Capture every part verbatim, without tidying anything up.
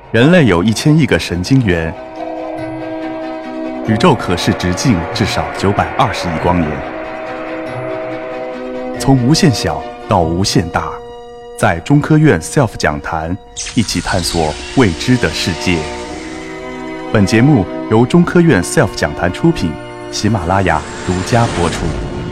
人类有一千亿个神经元，宇宙可视直径至少九百二十亿光年。从无限小到无限大，在中科院 S E L F 讲坛一起探索未知的世界。本节目由中科院 S E L F 讲坛出品，喜马拉雅独家播出。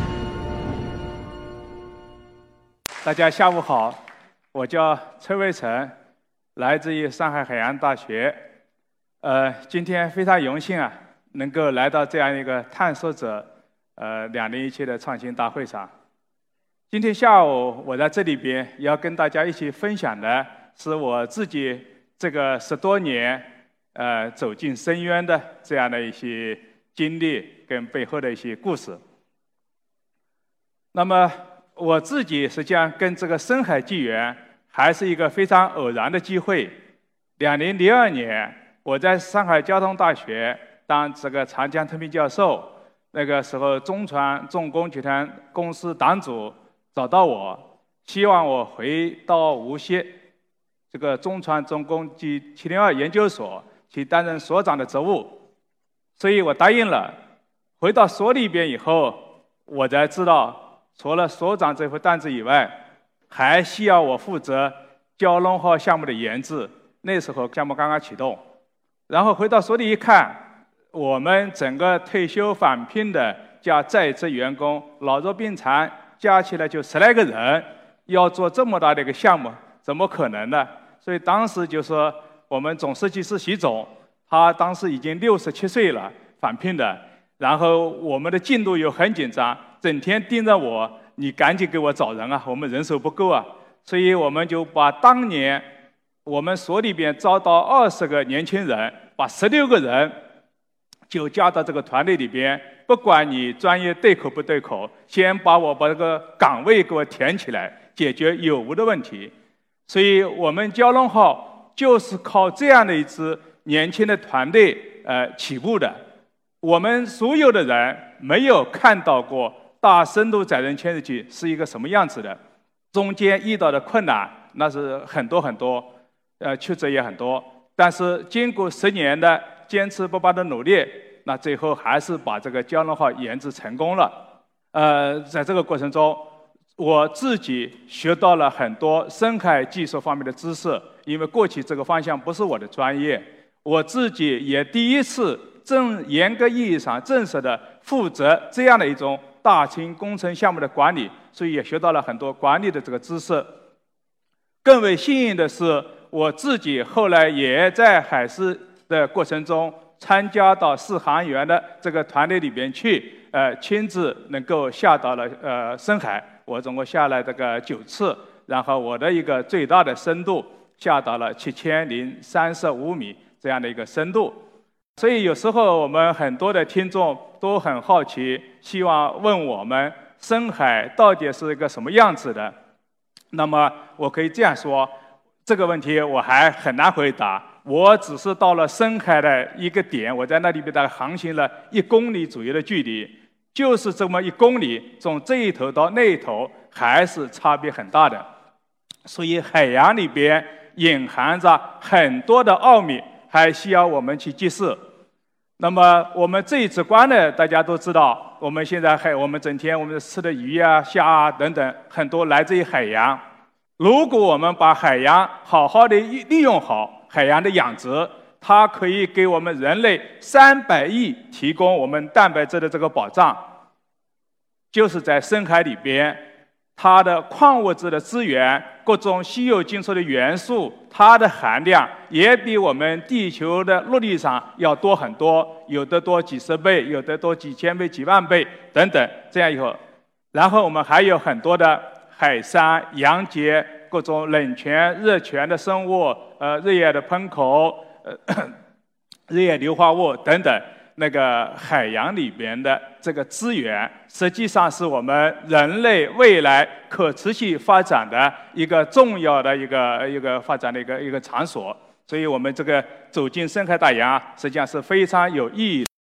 大家下午好，我叫崔卫成，来自于上海海洋大学。呃，今天非常荣幸啊，能够来到这样一个探索者呃两零一七的创新大会上。今天下午我在这里边要跟大家一起分享的是我自己这个十多年呃走进深渊的这样的一些经历跟背后的一些故事。那么我自己实际上跟这个深海纪元还是一个非常偶然的机会。两零零二年，我在上海交通大学当这个长江特聘教授，那个时候中船重工集团公司党组找到我，希望我回到无锡这个中船重工及七零二研究所去担任所长的职务，所以我答应了。回到所里边以后，我才知道除了所长这份担子以外，还需要我负责蛟龙号项目的研制。那时候项目刚刚启动，然后回到所里一看，我们整个退休返聘的加在职员工、老弱病残加起来就十来个人，要做这么大的一个项目，怎么可能呢？所以当时就说我们总设计师习总，他当时已经六十七岁了，返聘的。然后我们的进度又很紧张，整天盯着我，你赶紧给我找人啊，我们人手不够啊。所以我们就把当年我们所里边招到二十个年轻人，把十六个人就加到这个团队里边，不管你专业对口不对口，先把我把这个岗位给我填起来，解决有无的问题。所以我们蛟龙号就是靠这样的一支年轻的团队呃起步的。我们所有的人没有看到过大深度载人潜水器是一个什么样子的，中间遇到的困难那是很多很多，呃，曲折也很多。但是经过十年的坚持不拔的努力，那最后还是把这个蛟龙号研制成功了。呃，在这个过程中，我自己学到了很多深海技术方面的知识，因为过去这个方向不是我的专业，我自己也第一次正严格意义上正式的负责这样的一种大型工程项目的管理，所以也学到了很多管理的这个知识。更为幸运的是，我自己后来也在海事的过程中参加到试航员的这个团队里边去，呃，亲自能够下到了呃深海，我总共下来这个九次，然后我的一个最大的深度下到了七千零三十五米这样的一个深度。所以有时候我们很多的听众都很好奇，希望问我们深海到底是一个什么样子的。那么我可以这样说，这个问题我还很难回答。我只是到了深海的一个点，我在那里边大概航行了一公里左右的距离，就是这么一公里，从这一头到那一头还是差别很大的。所以海洋里边隐含着很多的奥秘，还需要我们去揭示。那么我们最直观的，大家都知道，我们现在海，我们整天我们吃的鱼啊、虾啊等等，很多来自于海洋。如果我们把海洋好好的利用好，海洋的养殖，它可以给我们人类三百亿提供我们蛋白质的这个保障。就是在深海里边，它的矿物质的资源、各种稀有金属的元素，它的含量也比我们地球的陆地上要多很多，有的多几十倍，有的多几千倍、几万倍等等。这样以后，然后我们还有很多的海山、洋节、各种冷泉、热泉的生物，呃，日夜的喷口，呃，日夜硫化物等等。那个海洋里边的这个资源，实际上是我们人类未来可持续发展的一个重要的一个一个发展的一个一个场所。所以我们这个走进深海大洋，实际上是非常有意义的。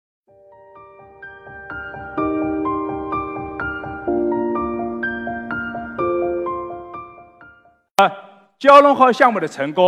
呃，蛟龙号项目的成功，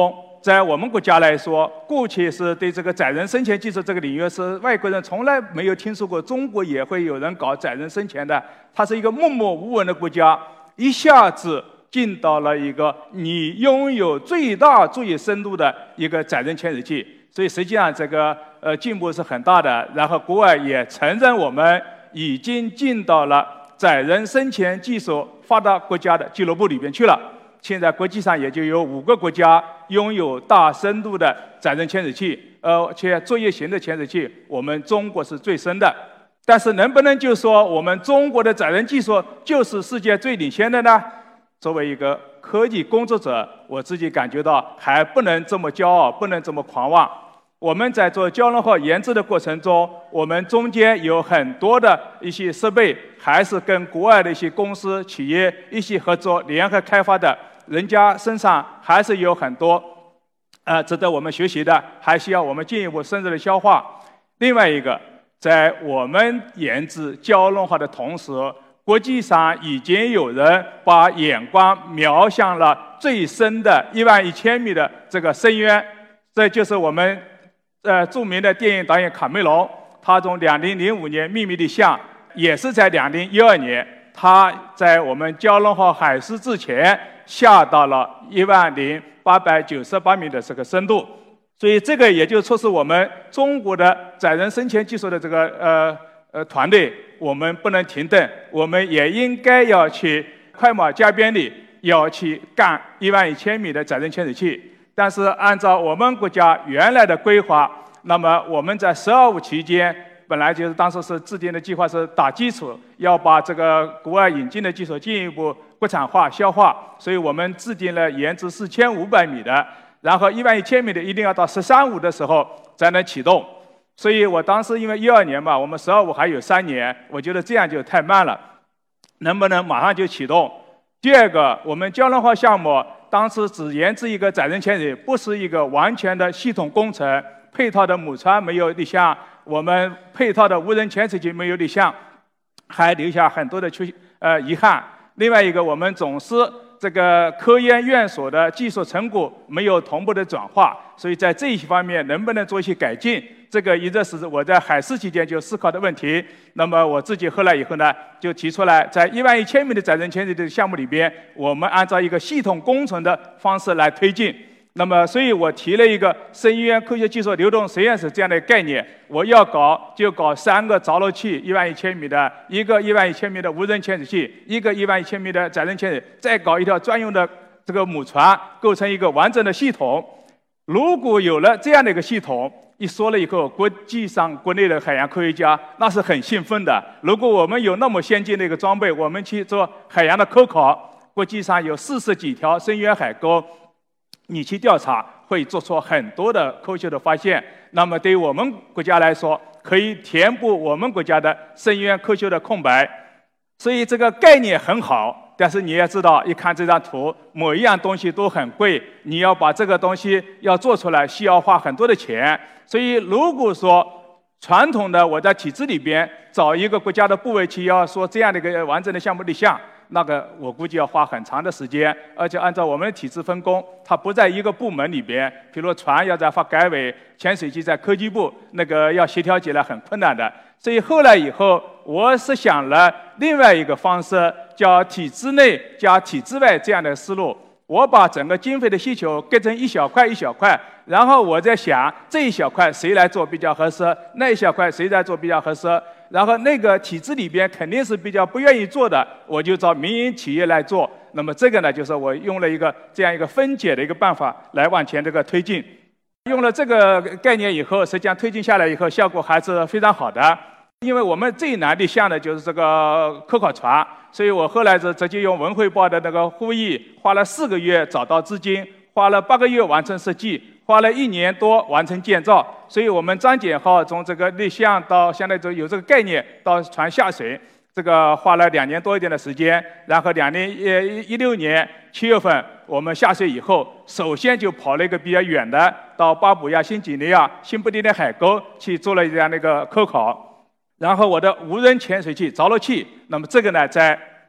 在我们国家来说，过去是对这个载人深潜技术这个领域是外国人从来没有听说过，中国也会有人搞载人深潜的。它是一个默默无闻的国家，一下子进到了一个你拥有最大最深度的一个载人潜水器，所以实际上这个呃进步是很大的。然后国外也承认我们已经进到了载人深潜技术发达国家的俱乐部里边去了。现在国际上也就有五个国家拥有大深度的载人潜水器，而且作业型的潜水器，我们中国是最深的。但是能不能就说我们中国的载人技术就是世界最领先的呢？作为一个科技工作者，我自己感觉到还不能这么骄傲，不能这么狂妄。我们在做蛟龙号研制的过程中，我们中间有很多的一些设备，还是跟国外的一些公司、企业一起合作联合开发的。人家身上还是有很多，呃，值得我们学习的，还需要我们进一步深入的消化。另外一个，在我们研制蛟龙号的同时，国际上已经有人把眼光瞄向了最深的一万一千米的这个深渊，这就是我们呃著名的电影导演卡梅隆，他从两零零五年《秘密的象》，也是在两零一二年，他在我们蛟龙号海试之前下到了一万零八百九十八米的这个深度，所以这个也就促使我们中国的载人深潜技术的这个呃呃团队，我们不能停顿，我们也应该要去快马加鞭地要去干一万一千米的载人潜水器。但是按照我们国家原来的规划，那么我们在“十二五”期间，本来就是当时是制定的计划是打基础，要把这个国外引进的技术进一步国产化、消化，所以我们制定了研制四千五百米的，然后一万一千米的一定要到“十三五”的时候才能启动。所以我当时因为一二年嘛，我们“十二五”还有三年，我觉得这样就太慢了，能不能马上就启动？第二个，我们蛟龙号项目当时只研制一个载人潜水，不是一个完全的系统工程，配套的母船没有立项，我们配套的无人潜水器没有立项，还留下很多的缺呃遗憾。另外一个，我们总是这个科研院所的技术成果没有同步的转化，所以在这一方面能不能做一些改进，这个一直是我在海试期间就思考的问题。那么我自己后来以后呢，就提出来，在一万一千米的载人潜水的项目里边，我们按照一个系统工程的方式来推进。那么，所以我提了一个深渊科学技术流动实验室这样的概念。我要搞就搞三个着陆器，一万一千米的，一个一万一千米的无人潜水器，一个一万一千米的载人潜水，再搞一条专用的这个母船，构成一个完整的系统。如果有了这样的一个系统，一说了以后，国际上国内的海洋科学家那是很兴奋的。如果我们有那么先进的一个装备，我们去做海洋的科考，国际上有四十几条深渊海沟。你去调查会做出很多的科学的发现，那么对于我们国家来说，可以填补我们国家的深渊科学的空白。所以这个概念很好，但是你要知道，一看这张图，某一样东西都很贵，你要把这个东西要做出来，需要花很多的钱。所以如果说传统的我在体制里边找一个国家的部委去要说这样的一个完整的项目立项，那个我估计要花很长的时间，而且按照我们的体制分工，它不在一个部门里边。比如船要在发改委，潜水器在科技部，那个要协调起来很困难的。所以后来以后，我是想了另外一个方式，叫体制内加体制外这样的思路。我把整个经费的需求割成一小块一小块，然后我在想这一小块谁来做比较合适，那一小块谁来做比较合适。然后那个体制里边肯定是比较不愿意做的，我就找民营企业来做。那么这个呢，就是我用了一个这样一个分解的一个办法来往前这个推进。用了这个概念以后，实际上推进下来以后，效果还是非常好的。因为我们最难的项的就是这个科考船，所以我后来是直接用文汇报的那个会议，花了四个月找到资金，花了八个月完成设计，花了一年多完成建造。所以我们张謇号从这个立项到相当于有这个概念到船下水，这个花了两年多一点的时间。然后两年一六年七月份我们下水以后，首先就跑了一个比较远的，到巴布亚新几内亚、新不列颠海沟去做了这样的一个科考。然后我的无人潜水器着陆器，那么这个呢，在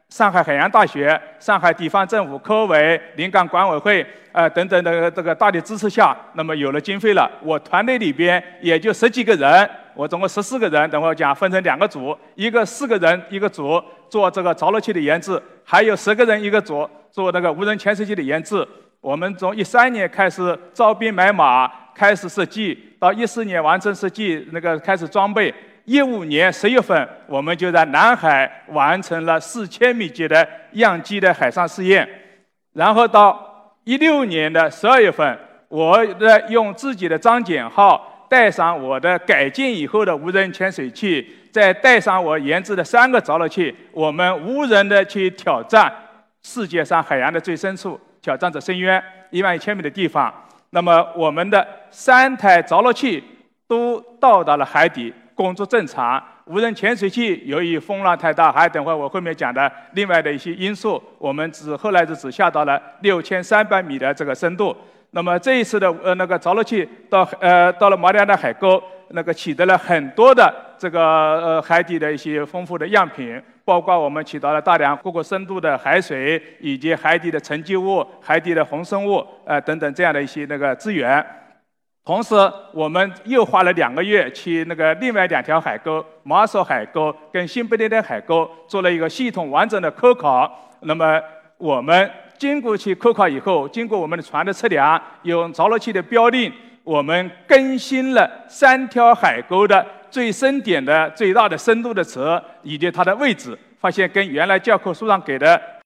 上海海洋大学、上海地方政府科委、临港管委会呃等等的这个大力支持下，那么有了经费了。我团队里边也就十几个人，我总共十四个人，等会儿讲分成两个组，一个四个人一个组做这个着陆器的研制，还有十个人一个组做那个无人潜水器的研制。我们从一三年开始招兵买马，开始设计，到一四年完成设计，那个开始装备。一五年十月份，我们就在南海完成了四千米级的样机的海上试验，然后到一六年的十二月份，我的用自己的张謇号带上我的改进以后的无人潜水器，再带上我研制的三个着陆器，我们无人的去挑战世界上海洋的最深处，挑战这深渊一万一千米的地方。那么我们的三台着陆器都到达了海底。工作正常，无人潜水器由于风浪太大，还等会儿我后面讲的另外的一些因素，我们只后来是只下到了六千三百米的这个深度。那么这一次的呃那个着陆器到呃到了马里亚纳海沟，那个取得了很多的这个呃海底的一些丰富的样品，包括我们取到了大量各个深度的海水以及海底的沉积物、海底的红生物呃等等这样的一些那个资源。同时，我们又花了两个月去那个另外两条海沟，马首海沟跟新不列颠海沟做了一个系统完整的科考。那么我们经过去科考以后，经过我们的船的测量，用着陆器的标定，我们更新了三条海沟的最深点的最大的深度的值以及它的位置，发现跟原来教科书上给的